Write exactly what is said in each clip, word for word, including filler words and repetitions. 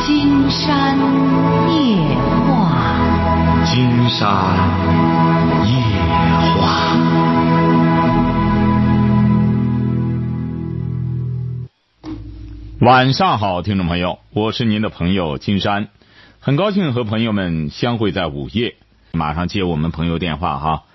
金山夜话， 金山夜话。晚上好，听众朋友，我是您的朋友金山，很高兴和朋友们相会在午夜。马上接我们朋友电话哈。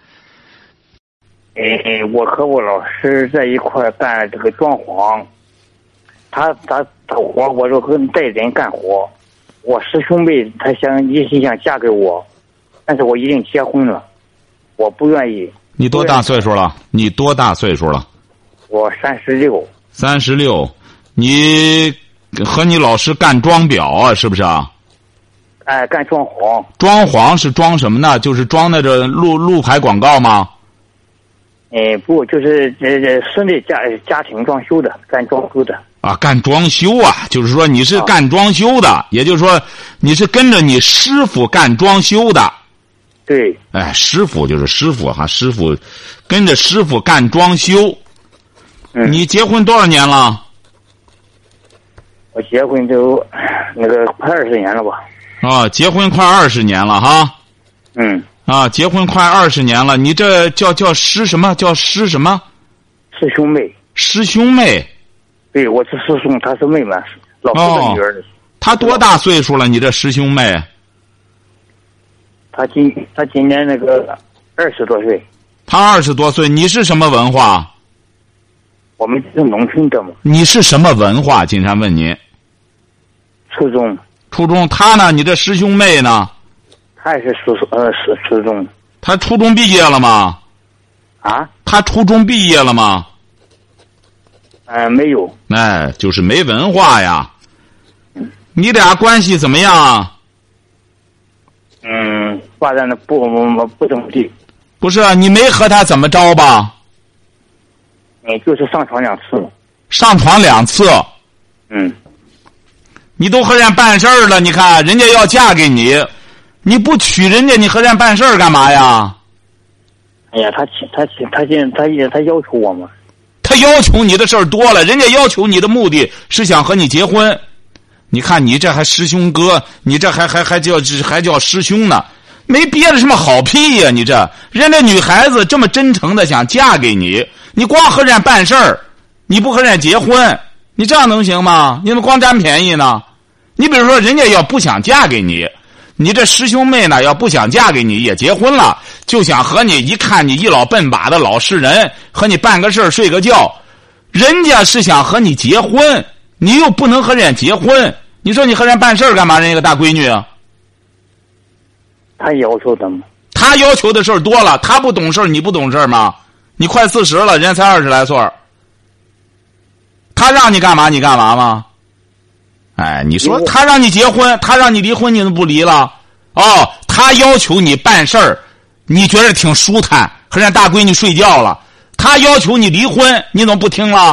哎，我和我老师在一块干这个装潢，他他他活，我就跟带人干活。我师兄妹他想一心想嫁给我，但是我已经结婚了，我不愿意。 你多大岁数了？你多大岁数了？ 我三十六。 三十六，你和你老师干装裱啊，是不是啊？ 哎，干装潢。 装潢是装什么呢？就是装那个路路牌广告吗？ 哎，不，就是这这室内家家庭装修的，干装修的。 啊，干装修啊，就是说你是干装修的，啊、也就是说你是跟着你师傅干装修的。 对。 哎，师傅就是师傅哈，师傅跟着师傅干装修。嗯。你结婚多少年了？ 我结婚都那个快二十年了吧。 啊，结婚快二十年了哈。 嗯。 啊，结婚快二十年了，你这叫叫师什么？叫师什么？ 师兄妹。 师兄妹。 对，我是师兄，他是妹妹，老师的女儿。 哦、他多大岁数了？你这师兄妹？ 他今他今年那个二十多岁。 他二十多岁，你是什么文化？ 我们是农村的嘛。 你是什么文化？金山问您。 初中。 初中，他呢？你这师兄妹呢？ 他也是初呃是初中。 他初中毕业了吗？ 啊？ 他初中毕业了吗？ 呃，没有。 哎，就是没文化呀。你俩关系怎么样？ 嗯，发展的不不不怎么地。 不是，你没和他怎么着吧？ 嗯，就是上床两次。 上床两次。 嗯。 你都和人家办事儿了，你看人家要嫁给你，你不娶人家，你和人家办事儿干嘛呀？ 哎呀，他他他现他他他要求我嘛。 他要求你的事儿多了，人家要求你的目的是想和你结婚。你看你这还师兄哥，你这还还还叫还叫师兄呢，没憋着什么好屁呀！你这人家女孩子这么真诚的想嫁给你，你光和人家办事儿，你不和人家结婚，你这样能行吗？你怎么光占便宜呢？你比如说，人家要不想嫁给你，你这师兄妹呢，要不想嫁给你，也结婚了，就想和你一看你一老笨把的老实人，和你办个事儿睡个觉，人家是想和你结婚，你又不能和人家结婚，你说你和人家办事儿干嘛？人家个大闺女啊， 他要求的吗？ 他要求的事儿多了，他不懂事儿，你不懂事儿吗？你快四十了，人家才二十来岁儿，他让你干嘛你干嘛吗？哎，你说他让你结婚，他让你离婚，你怎么不离了？哦，他要求你办事儿，你觉得挺舒坦，和人家大闺女睡觉了。他要求你离婚，你怎么不听了？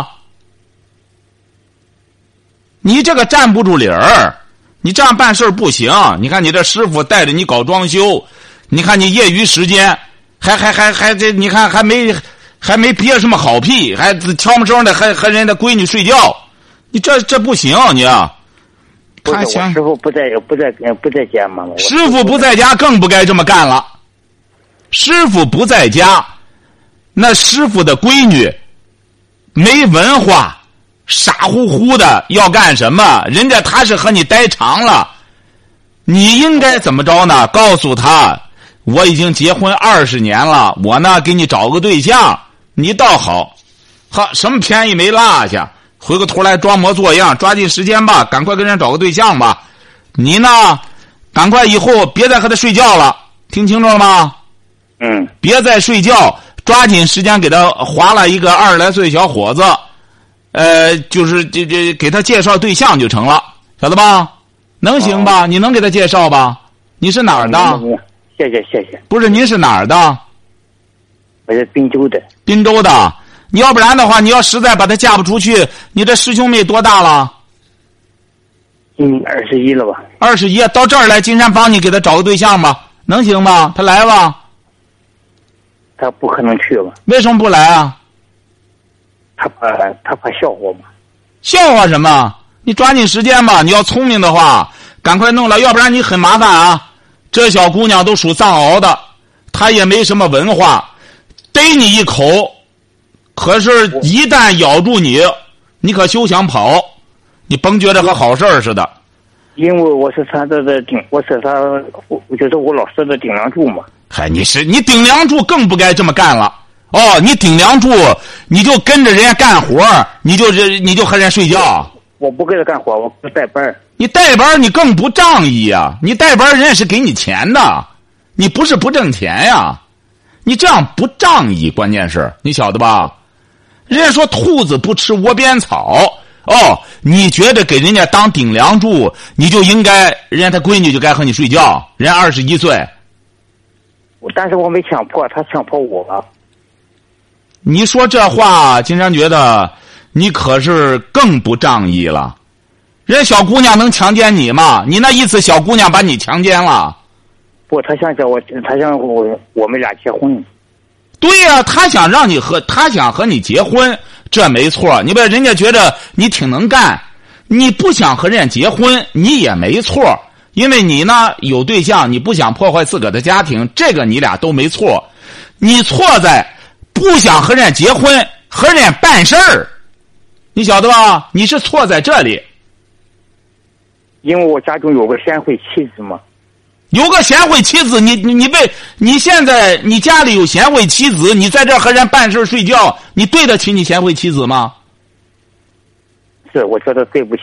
你这个站不住理儿，你这样办事儿不行。你看你这师傅带着你搞装修，你看你业余时间还还还还这，你看还没还没憋什么好屁，还悄没声的还和人家的闺女睡觉，你这这不行你啊。 不是，我师傅不在不在不在家嘛。 师傅不在家更不该这么干了。师傅不在家，那师傅的闺女没文化，傻乎乎的要干什么？人家他是和你待长了，你应该怎么着呢？告诉他，我已经结婚二十年了，我呢给你找个对象，你倒好，好什么便宜没落下。回过头来装模作样，抓紧时间吧，赶快跟人找个对象吧。你呢，赶快以后别再和他睡觉了，听清楚了吗？ 嗯。 别再睡觉，抓紧时间给他划了一个二十来岁小伙子，呃，就是这这给他介绍对象就成了，晓得吧？能行吧？哦、你能给他介绍吧？你是哪儿的？ 嗯、谢谢谢谢。 不是，您是哪儿的？ 我是滨州的。 滨州的。你要不然的话，你要实在把她嫁不出去，你这师兄妹多大了？ 嗯，二十一了吧？ 二十一，到这儿来，金山帮你给他找个对象吧，能行吗？他来吧？ 他不可能去吧？ 为什么不来啊？ 他怕他怕笑话嘛。 笑话什么？你抓紧时间吧。你要聪明的话， 赶快弄了，要不然你很麻烦啊。这小姑娘都属藏獒的，她也没什么文化，逮你一口，可是一旦咬住你，你可休想跑，你甭觉得和好事儿似的。 因为我是他的的顶，我是他，我就是我老师的顶梁柱嘛。 嗨，你是你顶梁柱更不该这么干了。哦，你顶梁柱，你就跟着人家干活，你就你就和人家睡觉。 我不跟着干活，我不带班。 你带班你更不仗义呀！你带班人家是给你钱的，你不是不挣钱呀。你这样不仗义，关键是你晓得吧？人家说兔子不吃窝边草。哦，你觉得给人家当顶梁柱，你就应该，人家他闺女就该和你睡觉，人家二十一岁。 但是我没强迫，他强迫我了。 你说这话，金山觉得你可是更不仗义了。人小姑娘能强奸你吗？你那意思小姑娘把你强奸了？ 不，他想叫我，他想我，我们俩结婚。 对呀、啊，他想让你和他想和你结婚，这没错。你把人家觉得你挺能干，你不想和人家结婚，你也没错。因为你呢有对象，你不想破坏自个儿的家庭，这个你俩都没错。你错在不想和人家结婚，和人家办事儿，你晓得吧？你是错在这里。 因为我家中有个贤惠妻子嘛。 有个贤惠妻子，你你你被你现在你家里有贤惠妻子，你在这和人办事睡觉，你对得起你贤惠妻子吗？ 是，我觉得对不起。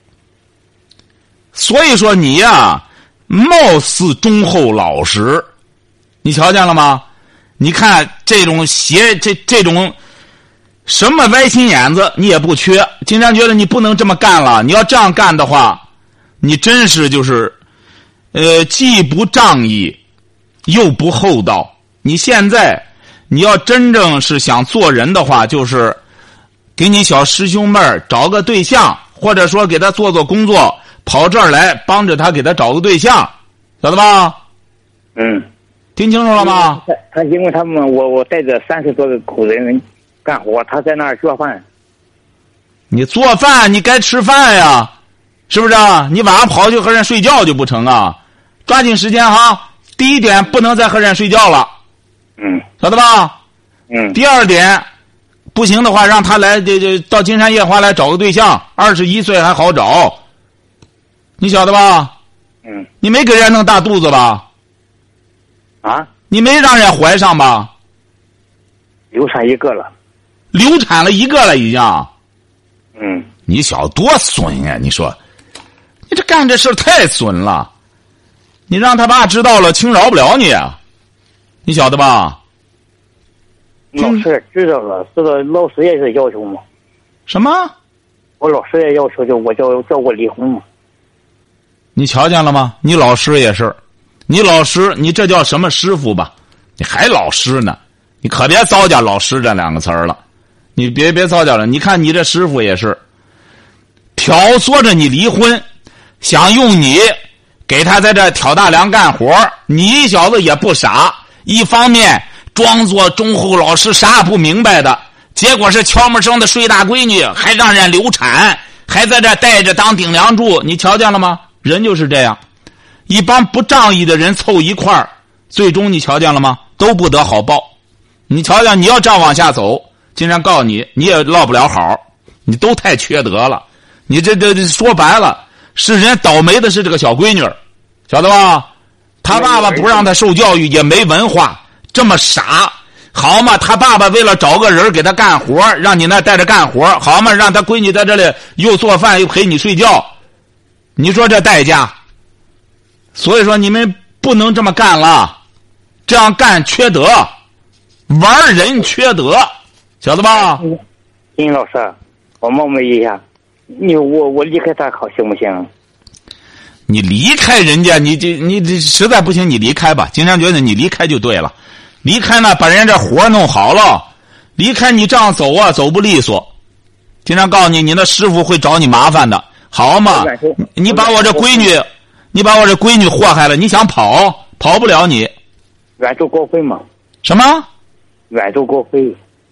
所以说你呀、啊，貌似忠厚老实，你瞧见了吗？你看这种邪这这种什么歪心眼子你也不缺。经常觉得你不能这么干了，你要这样干的话，你真是就是。呃，既不仗义，又不厚道。你现在，你要真正是想做人的话，就是给你小师兄妹儿找个对象，或者说给他做做工作，跑这儿来帮着他给他找个对象，晓得吧？ 嗯， 听清楚了吗？ 他他因为他们我我带着三十多个口人干活，他在那儿做饭。 你做饭，你该吃饭呀，是不是啊？你晚上跑去和人睡觉就不成啊？抓紧时间哈！第一点，不能再和人睡觉了， 嗯， 晓得吧？ 嗯。 第二点，不行的话，让他来这这到金山夜华来找个对象，二十一岁还好找，你晓得吧？ 嗯。 你没给人家弄大肚子吧？ 啊？ 你没让人家怀上吧？ 流产一个了。 流产了一个了已经。 嗯。 你小多损呀！你说，你这干这事太损了。你让他爸知道了，轻饶不了你，你晓得吧？ 老师知道了，知道老师也是要求嘛。 什么？ 我老师也要求，就我叫叫我离婚嘛。 你瞧见了吗？你老师也是，你老师，你这叫什么师傅吧？你还老师呢？你可别糟践老师这两个词儿了。你别别糟践了。你看你这师傅也是，挑唆着你离婚，想用你。给他在这挑大梁干活，你小子也不傻，一方面装作忠厚老实啥也不明白的，结果是悄没声的睡大闺女，还让人流产，还在这带着当顶梁柱，你瞧见了吗？人就是这样，一帮不仗义的人凑一块儿，最终你瞧见了吗？都不得好报。你瞧见，你要这样往下走，经常告诉你，你也落不了好，你都太缺德了。你这这说白了，是人倒霉的是这个小闺女，晓得吧？他爸爸不让他受教育，也没文化，这么傻，好嘛？他爸爸为了找个人给他干活，让你那带着干活，好嘛？让他闺女在这里又做饭又陪你睡觉，你说这代价？所以说你们不能这么干了，这样干缺德，玩人缺德，晓得吧？ 金老师，我冒昧一下，你我我离开他好行不行？ 你离开人家，你这你这实在不行，你离开吧。经常觉得你离开就对了，离开呢，把人家这活弄好了，离开你这样走啊，走不利索。经常告诉你，你那师傅会找你麻烦的，好嘛？你把我这闺女，你把我这闺女祸害了，你想跑，跑不了你。 远走高飞嘛？ 什么？ 远走高飞。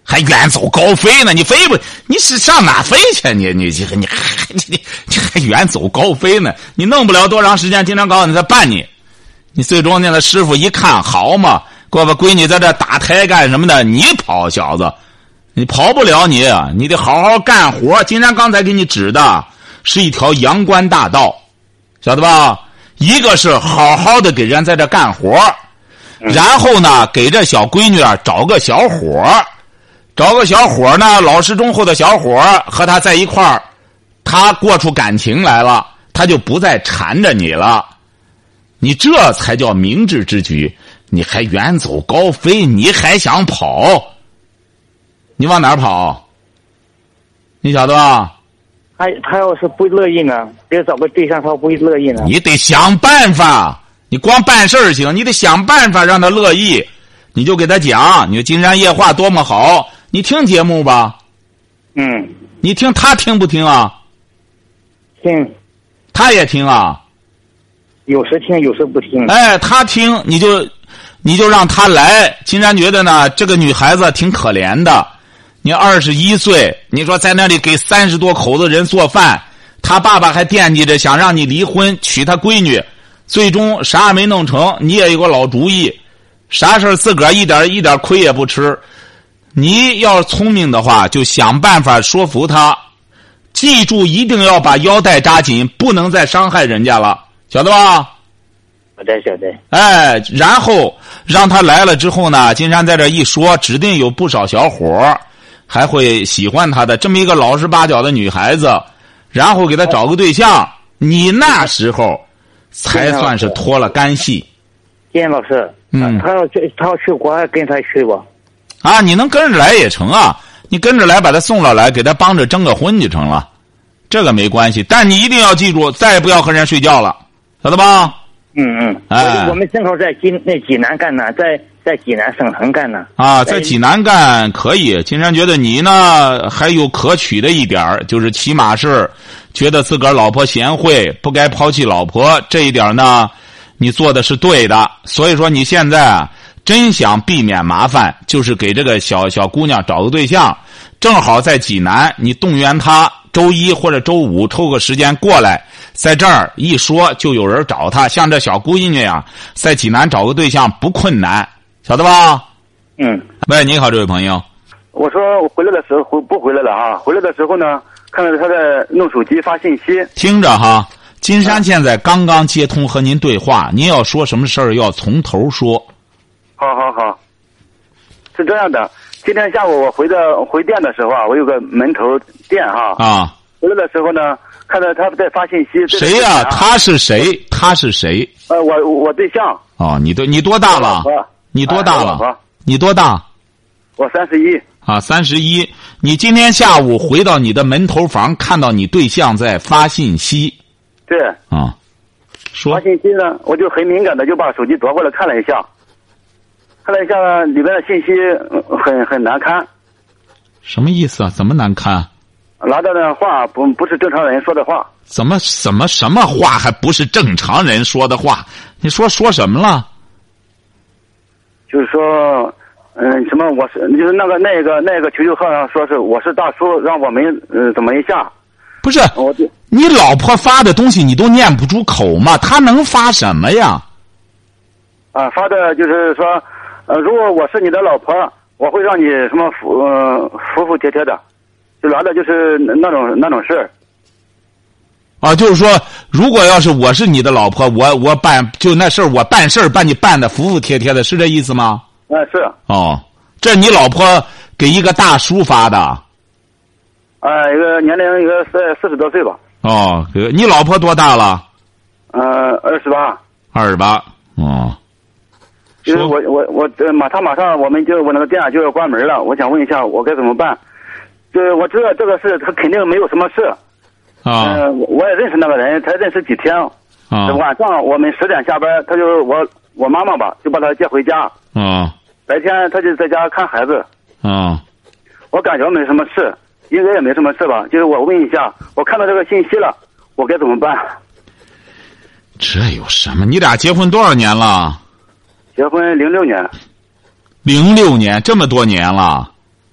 还远走高飞呢？你飞不？你是上哪飞去？你你你你你你你还远走高飞呢？你弄不了多长时间，经常告诉你再办你。你最终那个师傅一看，好嘛，给我把闺女在这打胎干什么的？你跑，小子，你跑不了你，你得好好干活。金山刚才给你指的是一条阳关大道，晓得吧？一个是好好的给人在这干活，然后呢，给这小闺女找个小伙，找个小伙呢，老实忠厚的小伙和他在一块儿，他过出感情来了，他就不再缠着你了。你这才叫明智之举，你还远走高飞，你还想跑？你往哪儿跑？你晓得吧？ 他他要是不乐意呢，别找个对象，他不乐意呢。 你得想办法，你光办事儿行，你得想办法让他乐意。你就给他讲，你说金山夜话多么好，你听节目吧。 嗯。 你听他听不听啊？ 听。 他也听啊。 有时听，有时不听。 哎，他听，你就你就让他来。金山觉得呢，这个女孩子挺可怜的。你二十一岁，你说在那里给三十多口子人做饭，他爸爸还惦记着想让你离婚，娶他闺女，最终啥也没弄成。你也有个老主意，啥事儿自个儿一点一点亏也不吃。你要聪明的话，就想办法说服他。记住，一定要把腰带扎紧，不能再伤害人家了。晓得吧？ 晓得晓得。 哎，然后让他来了之后呢，金山在这一说，指定有不少小伙还会喜欢他的这么一个老实巴交的女孩子，然后给他找个对象，你那时候才算是脱了干系。 金老师， 嗯， 他要去，他要去国外，跟他去吧。 啊，你能跟着来也成啊，你跟着来把他送了来，给他帮着征个婚就成了，这个没关系。但你一定要记住，再也不要和人睡觉了。晓得吧？ 嗯嗯，哎，我们正好在济那济南干呢，在在济南省城干呢。 啊，在济南干可以。金山觉得你呢还有可取的一点，就是起码是觉得自个儿老婆贤惠，不该抛弃老婆，这一点呢，你做的是对的。所以说你现在啊，真想避免麻烦，就是给这个小小姑娘找个对象，正好在济南，你动员她周一或者周五抽个时间过来。在这儿一说就有人找他，像这小姑娘呀，在济南找个对象不困难，晓得吧？ 嗯。 喂，你好，这位朋友。 我说回来的时候回不回来了啊？回来的时候呢，看到他在弄手机发信息。 听着哈，金山现在刚刚接通和您对话，您要说什么事儿要从头说。 好好好，是这样的，今天下午我回的回店的时候啊，我有个门头店哈。 啊。 回来的时候呢，看到他在发信息。 谁呀、啊？他是谁？他是谁？ 呃，我我对象。 哦，你对你多大了？你多大了？ 哎、 你多大？ 我三十一。 啊，三十一。你今天下午回到你的门头房，看到你对象在发信息。 对。 啊。说。 发信息呢，我就很敏感的就把手机夺过来看了一下，看了一下呢，里边的信息很很难堪。 什么意思啊？怎么难堪？ 拿到的话不不是正常人说的话。 怎么怎么什么话还不是正常人说的话？你说说什么了？ 就是说，嗯、呃，什么我是就是那个那个那个求救号上说是我是大叔，让我们呃怎么一下？ 不是， 我你老婆发的东西你都念不出口吗？她能发什么呀？ 啊，发的就是说，呃，如果我是你的老婆，我会让你什么服呃服服帖帖的。就拿的就是那种那种事儿， 啊，就是说，如果要是我是你的老婆，我我办就那事儿，我办事儿把你办的服服帖帖的，是这意思吗？ 啊，是。 哦，这你老婆给一个大叔发的？ 啊，一个年龄一个四四十多岁吧。 哦，你老婆多大了？ 呃，二十八。 二十八。哦。 就是我我我马他马上我们就我那个店就要关门了，我想问一下我该怎么办？就是我知道这个事，他肯定没有什么事。 啊。 嗯、呃，我也认识那个人，才认识几天。 啊。 晚上我们十点下班，他就我我妈妈吧，就把他接回家。 啊。 白天他就在家看孩子。 啊。 我感觉没什么事，应该也没什么事吧。就是我问一下，我看到这个信息了，我该怎么办？ 这有什么？你俩结婚多少年了？ 结婚零六年。 零六年，这么多年了。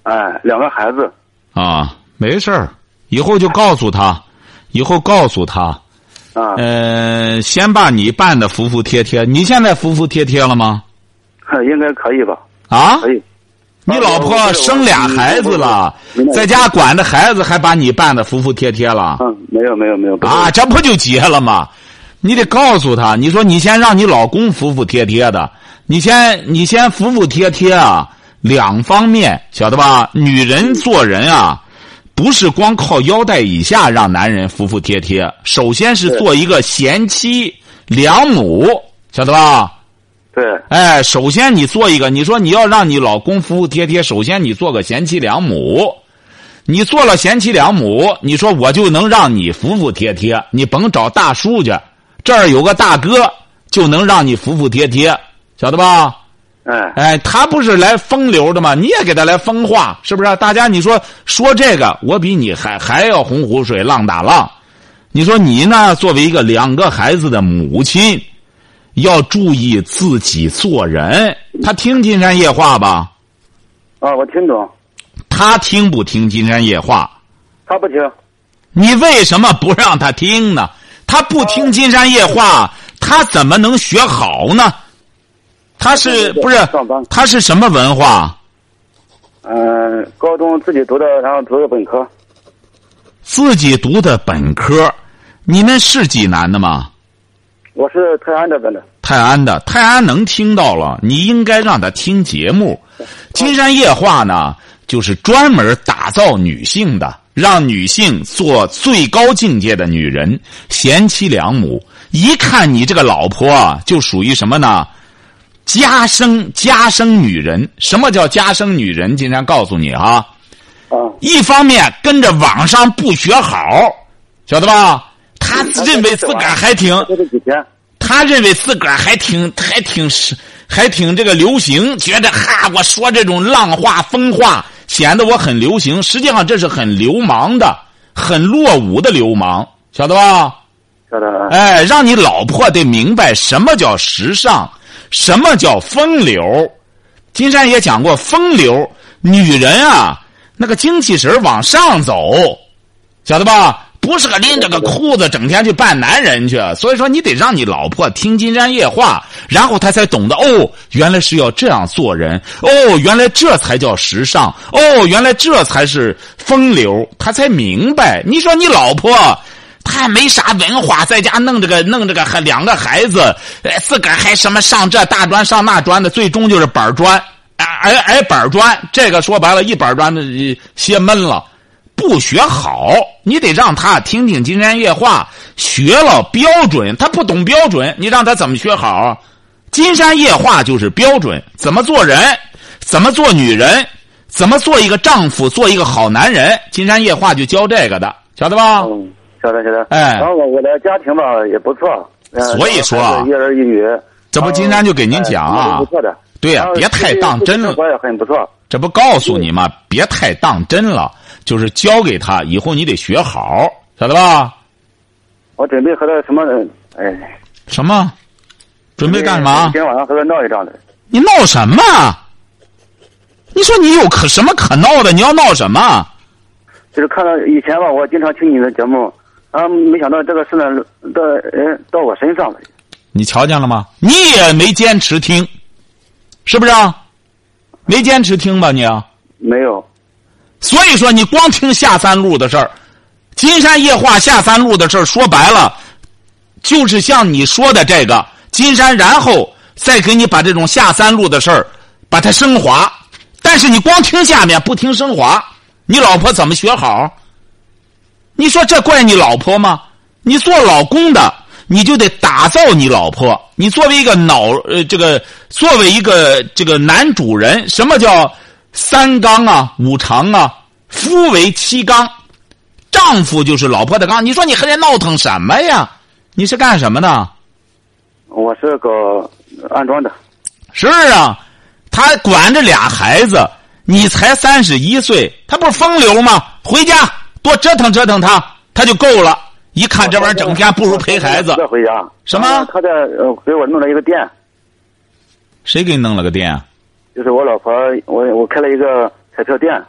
哎，两个孩子。 啊，没事儿，以后就告诉他，以后告诉他， 啊， 呃，先把你办的服服帖帖。你现在服服帖帖了吗？ 应该可以吧？ 啊？ 可以。 你老婆生俩孩子了，在家管着孩子，还把你办的服服帖帖了？ 嗯，没有没有没有。 啊，这不就结了吗？你得告诉他，你说你先让你老公服服帖帖的，你先你先服服帖帖啊，两方面晓得吧？女人做人啊，不是光靠腰带以下让男人服服帖帖，首先是做一个贤妻良母，晓得吧？ 对。 哎，首先你做一个，你说你要让你老公服服帖帖，首先你做个贤妻良母。你做了贤妻良母，你说我就能让你服服帖帖，你甭找大叔去，这儿有个大哥就能让你服服帖帖，晓得吧？ 哎哎，他不是来风流的吗？你也给他来风化，是不是？大家你说说这个，我比你还还要洪湖水浪打浪。你说你呢，作为一个两个孩子的母亲，要注意自己做人。他听金山夜话吧？ 啊，我听懂。 他听不听金山夜话？ 他不听。 你为什么不让他听呢？他不听金山夜话，他怎么能学好呢？他是不是他是什么文化？ 嗯、呃，高中自己读的，然后读的本科。 自己读的本科，你们是济南的吗？ 我是泰安这边的。 泰安的，泰安能听到了，你应该让他听节目。金山夜话呢，就是专门打造女性的，让女性做最高境界的女人，贤妻良母。一看你这个老婆啊，就属于什么呢？家生家生女人。什么叫家生女人？金山告诉你啊， 啊， 一方面跟着网上不学好，晓得吧？他认为自个儿还挺，他认为自个儿还挺还挺还挺这个流行，觉得哈，我说这种浪话疯话显得我很流行，实际上这是很流氓的，很落伍的流氓，晓得吧？ 晓得。 哎，让你老婆得明白什么叫时尚，什么叫风流。金山也讲过，风流女人啊，那个精气神往上走，晓得吧？不是个拎着个裤子整天去扮男人去。所以说你得让你老婆听金山夜话，然后她才懂得，哦，原来是要这样做人，哦，原来这才叫时尚，哦，原来这才是风流，她才明白。你说你老婆他还没啥文化，在家弄这个弄这个还两个孩子，呃，自个儿还什么上这大专上那专的，最终就是板砖，挨挨板砖。这个说白了，一板砖的歇闷了，不学好。你得让他听听金山夜话，学了标准。他不懂标准，你让他怎么学好？金山夜话就是标准，怎么做人，怎么做女人，怎么做一个丈夫，做一个好男人。金山夜话就教这个的，晓得吧？ 嗯，晓得晓得。 哎， 然后我我的家庭吧也不错，呃、 所以说啊， 一儿一女， 这不金山就给您讲啊， 不错的。 对呀、啊，别太当真了。 我也很不错。 这不告诉你吗？别太当真了，就是教给他，以后你得学好，晓得吧？ 我准备和他什么？哎， 什么？准备干什么？ 今天晚上和他闹一仗的。 你闹什么？你说你有可什么可闹的？你要闹什么？ 就是看到以前吧，我经常听你的节目，啊，没想到这个事呢，到人到我身上了。 你瞧见了吗？你也没坚持听，是不是啊？没坚持听吧你啊？ 没有。 所以说你光听下三路的事儿，金山夜话下三路的事儿，说白了，就是像你说的这个金山，然后再给你把这种下三路的事儿把它升华。但是你光听下面不听升华，你老婆怎么学好？你说这怪你老婆吗？你做老公的，你就得打造你老婆。你作为一个脑呃，这个作为一个这个男主人，什么叫三纲啊、五常啊？夫为妻纲，丈夫就是老婆的纲。你说你和人闹腾什么呀？你是干什么的？ 我是搞安装的。 是啊，他管着俩孩子，你才三十一岁，他不是风流吗？回家多折腾折腾他，他就够了。一看这玩意儿整天不如陪孩子。 再回家。 什么？ 他在呃给我弄了一个店。 谁给你弄了个店？ 就是我老婆，我我开了一个彩票店。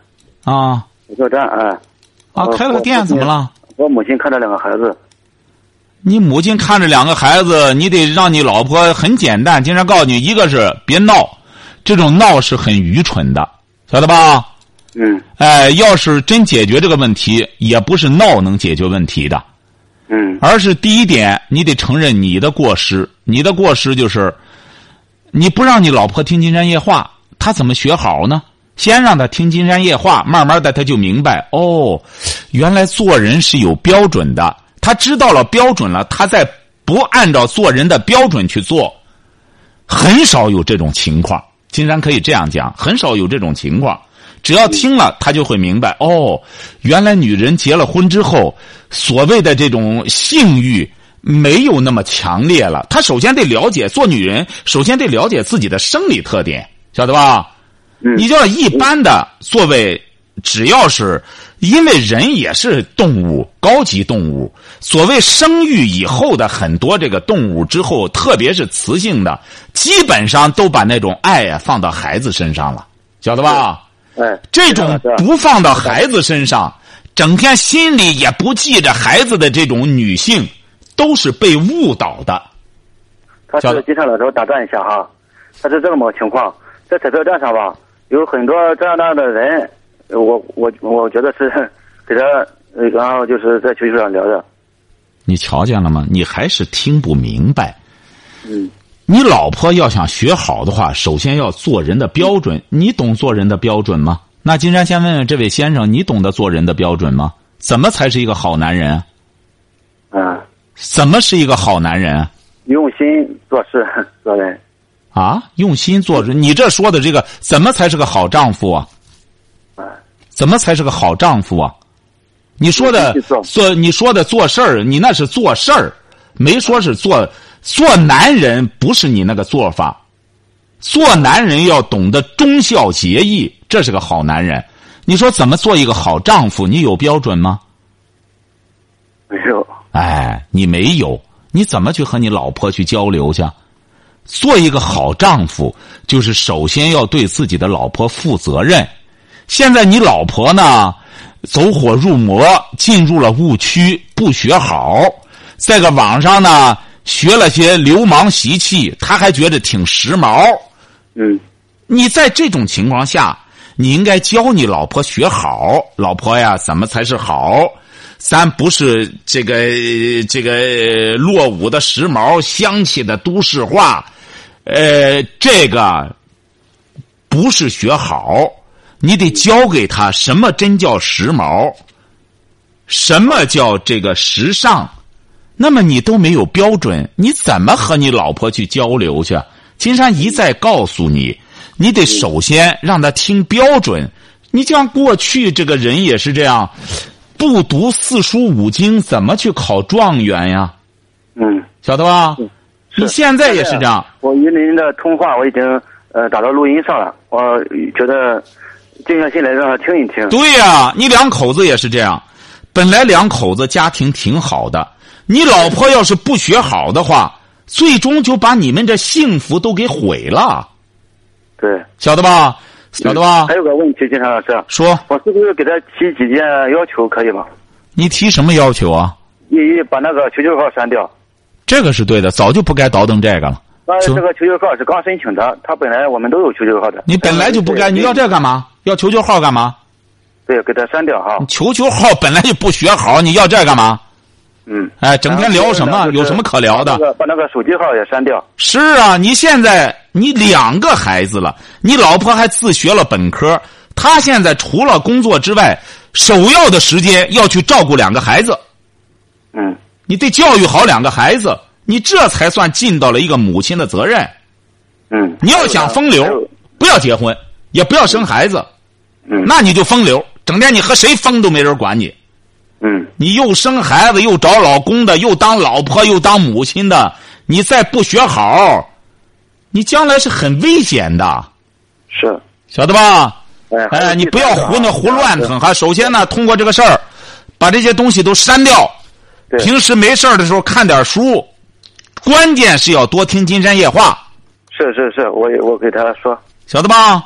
啊， 火车站，哎。 啊，开了个店怎么了？ 我母亲看着两个孩子。 你母亲看着两个孩子，你得让你老婆很简单，经常告诉你，一个是别闹，这种闹是很愚蠢的，晓得吧？ 嗯。 哎，要是真解决这个问题，也不是闹能解决问题的。 嗯。 而是第一点，你得承认你的过失，你的过失就是你不让你老婆听金山夜话，她怎么学好呢？先让她听金山夜话，慢慢的她就明白，哦，原来做人是有标准的。她知道了标准了，她再不按照做人的标准去做，很少有这种情况。金山可以这样讲，很少有这种情况。只要听了，她就会明白，哦，原来女人结了婚之后，所谓的这种性欲没有那么强烈了。她首先得了解，做女人首先得了解自己的生理特点，晓得吧？ 嗯。 你就要一般的作为，只要是因为人也是动物，高级动物，所谓生育以后的很多这个动物之后，特别是雌性的，基本上都把那种爱呀放到孩子身上了，晓得吧？ 哎， 这种不放到孩子身上，整天心里也不记着孩子的这种女性，都是被误导的。 他是经常老头打断一下哈，他是这么情况，在彩票站上吧，有很多这样那样的人，我我我觉得是给他，然后就是在球球上聊的。 你瞧见了吗？你还是听不明白。 嗯。 你老婆要想学好的话，首先要做人的标准。你懂做人的标准吗？那金山先问问这位先生，你懂得做人的标准吗？怎么才是一个好男人？ 啊。 怎么是一个好男人？ 用心做事做人。 啊，用心做人。你这说的这个，怎么才是个好丈夫啊？ 啊。怎么才是个好丈夫啊？你说的做，你说的做事儿，你那是做事儿，没说是做。做男人不是你那个做法，做男人要懂得忠孝节义，这是个好男人。你说怎么做一个好丈夫？你有标准吗？ 没有。 哎，你没有，你怎么去和你老婆去交流去？做一个好丈夫，就是首先要对自己的老婆负责任。现在你老婆呢，走火入魔，进入了误区，不学好，在个网上呢学了些流氓习气，他还觉得挺时髦。 嗯， 你在这种情况下，你应该教你老婆学好。老婆呀，怎么才是好？咱不是这个这个落伍的时髦、香气的都市化，呃，这个不是学好。你得教给他什么真叫时髦，什么叫这个时尚。那么你都没有标准，你怎么和你老婆去交流去？金山一再告诉你，你得首先让他听标准。你像过去这个人也是这样，不读四书五经，怎么去考状元呀？ 嗯， 晓得吧？你现在也是这样。 我与您的通话我已经呃打到录音上了，我觉得静下心来让他听一听。 对呀、啊，你两口子也是这样，本来两口子家庭挺好的。你老婆要是不学好的话，最终就把你们这幸福都给毁了。 对， 晓得吧？晓得吧？ 还有个问题，金山老师， 说， 我是不是给他提几件要求，可以吗？ 你提什么要求啊？ 一一把那个求救号删掉。 这个是对的，早就不该倒腾这个了。 那这个求救号是刚申请的，他本来我们都有求救号的。 你本来就不该，你要这干嘛？要求救号干嘛？ 对，给他删掉哈。 求救号本来就不学好，你要这干嘛？ 嗯， 哎，整天聊什么？有什么可聊的？ 把那个把那个手机号也删掉。 是啊，你现在你两个孩子了，你老婆还自学了本科，她现在除了工作之外，首要的时间要去照顾两个孩子。 嗯， 你得教育好两个孩子，你这才算尽到了一个母亲的责任。 嗯， 你要想风流，不要结婚，也不要生孩子。 嗯， 那你就风流，整天你和谁疯都没人管你。 嗯， 你又生孩子，又找老公的，又当老婆，又当母亲的，你再不学好，你将来是很危险的。 是， 晓得吧？ 哎， 哎，你不要胡闹胡乱腾哈。首先呢，通过这个事儿，把这些东西都删掉。平时没事的时候看点书，关键是要多听金山夜话。 是是是，我我给他说， 晓得吧？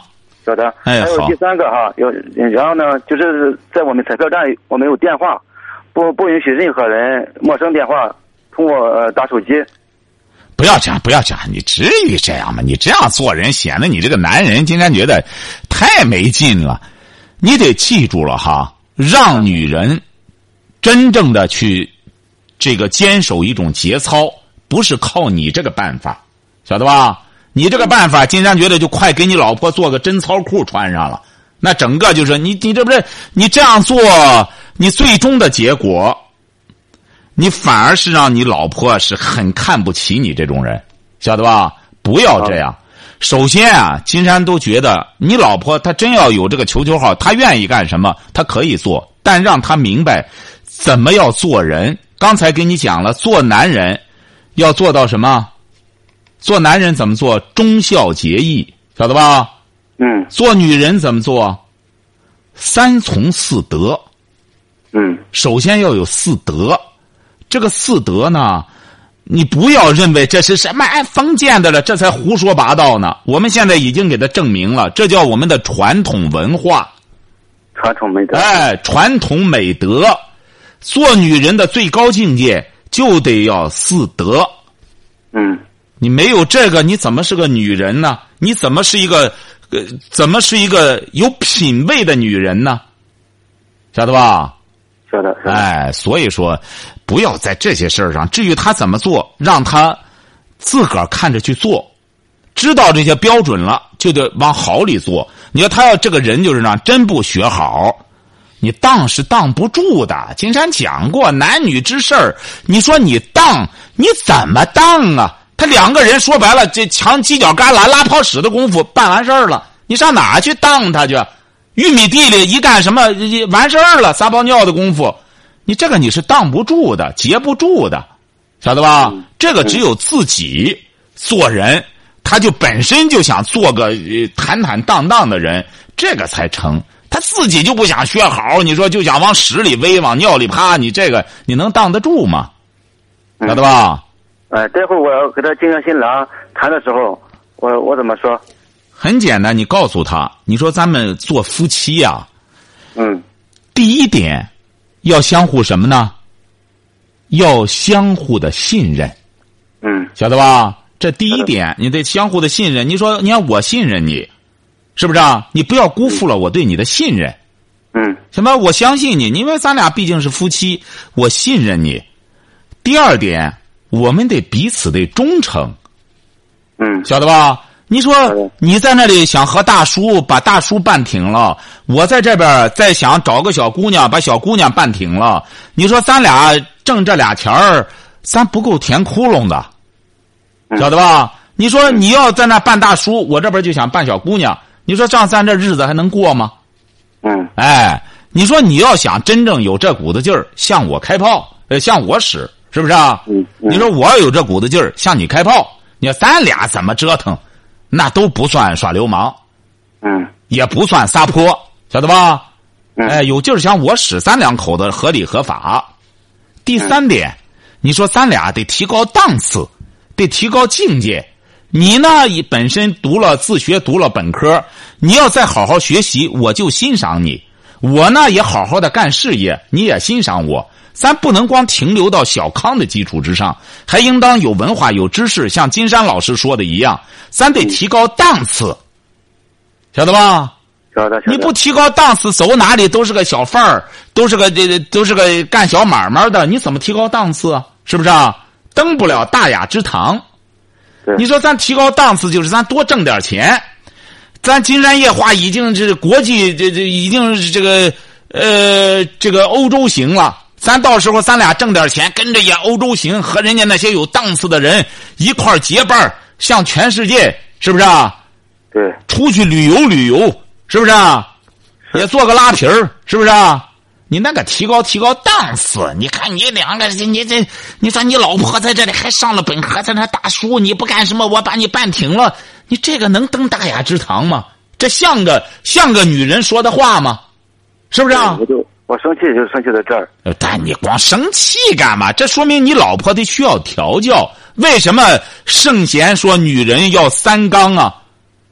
晓得。 哎， 还有第三个哈，有然后呢，就是在我们彩票站我们有电话，不不允许任何人陌生电话通过呃打手机。 不要这样，不要这样，你至于这样吗？你这样做人，显得你这个男人今天觉得太没劲了。你得记住了哈，让女人真正的去这个坚守一种节操，不是靠你这个办法，晓得吧？你这个办法，金山觉得就快给你老婆做个贞操裤穿上了，那整个就是你你这不是你这样做，你最终的结果。你反而是让你老婆是很看不起你这种人，晓得吧？不要这样。首先啊，金山都觉得你老婆她真要有这个求求号，她愿意干什么，她可以做，但让她明白怎么要做人。刚才给你讲了，做男人要做到什么？做男人怎么做？忠孝节义，晓得吧？ 嗯。 做女人怎么做？三从四德。 嗯。 首先要有四德。这个四德呢，你不要认为这是什么哎封建的了，这才胡说八道呢。我们现在已经给它证明了，这叫我们的传统文化， 传统美德。 哎，传统美德，做女人的最高境界就得要四德。 嗯， 你没有这个，你怎么是个女人呢？你怎么是一个呃，怎么是一个有品位的女人呢？晓得吧？ 晓得。 哎，所以说。不要在这些事儿上，至于他怎么做，让他自个儿看着去做，知道这些标准了，就得往好里做。你说他要这个人就是呢，真不学好，你当是当不住的。金山讲过男女之事儿，你说你当，你怎么当啊？他两个人说白了，这抢犄角旮旯、拉泡屎的功夫办完事儿了，你上哪去当他去？玉米地里一干什么完事儿了，撒泡尿的功夫。你这个你是当不住的，截不住的，晓得吧？ 嗯、 这个只有自己做人，他就本身就想做个、呃、坦坦荡荡的人，这个才成。他自己就不想学好，你说就想往屎里围，往尿里趴，你这个你能当得住吗？晓得吧？ 哎、嗯，待会儿我要给他静下心来谈的时候，我我怎么说？ 很简单，你告诉他，你说咱们做夫妻呀、啊， 嗯， 第一点。要相互什么呢？要相互的信任， 嗯， 晓得吧？这第一点，你得相互的信任。你说，你看我信任你，是不是啊？你不要辜负了我对你的信任。 嗯， 什么？我相信你，因为咱俩毕竟是夫妻，我信任你。第二点，我们得彼此得忠诚。 嗯， 晓得吧？你说你在那里想和大叔把大叔办挺了，我在这边再想找个小姑娘把小姑娘办挺了，你说咱俩挣这俩钱儿，咱不够填窟窿的，晓得吧？你说你要在那办大叔，我这边就想办小姑娘，你说这样咱这日子还能过吗？ 嗯， 哎，你说你要想真正有这股子劲儿，向我开炮，呃，向我使，是不是啊？ 嗯， 你说我要有这股子劲儿，向你开炮，你说咱俩怎么折腾？那都不算耍流氓， 嗯， 也不算撒泼，晓得吧？ 嗯， 哎，有劲儿想我使，咱两口子合理合法。第三点，嗯、你说咱俩得提高档次，得提高境界。你呢，本身读了自学，读了本科，你要再好好学习，我就欣赏你；我呢，也好好的干事业，你也欣赏我。咱不能光停留到小康的基础之上，还应当有文化有知识，像金山老师说的一样，咱得提高档次，晓得吧？ 晓得。 你不提高档次，走哪里都是个小贩儿，都是个这都是个干小买卖的，你怎么提高档次啊？是不是啊？登不了大雅之堂。你说咱提高档次，就是咱多挣点钱。咱金山夜话已经是国际这这已经是这个呃这个欧洲行了。咱到时候咱俩挣点钱，跟着也欧洲行，和人家那些有档次的人一块结伴，向全世界，是不是啊？ 对。出去旅游旅游，是不是啊？也做个拉皮儿，是不是啊？你那个提高提高档次，你看你两个，你这，你说你老婆在这里还上了本科，在那大叔，你不干什么，我把你办挺了，你这个能登大雅之堂吗？这像个像个女人说的话吗？是不是啊？ 我就我生气就生气在这儿。 但你光生气干嘛？这说明你老婆得需要调教。为什么圣贤说女人要三纲啊？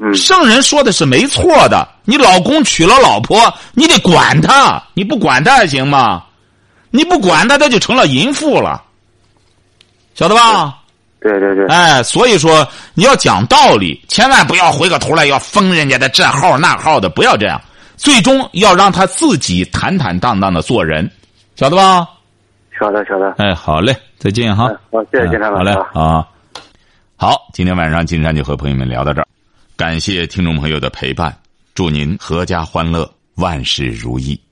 嗯， 圣人说的是没错的。你老公娶了老婆，你得管他，你不管他还行吗？你不管他，他就成了淫妇了，晓得吧？ 对对对。 哎，所以说你要讲道理，千万不要回过头来要封人家的这号那号的，不要这样。最终要让他自己坦坦荡荡的做人，晓得吧？ 晓得晓得。 哎，好嘞，再见哈。 好，谢谢金山老师。 好嘞啊。好，今天晚上金山就和朋友们聊到这儿，感谢听众朋友的陪伴，祝您阖家欢乐，万事如意。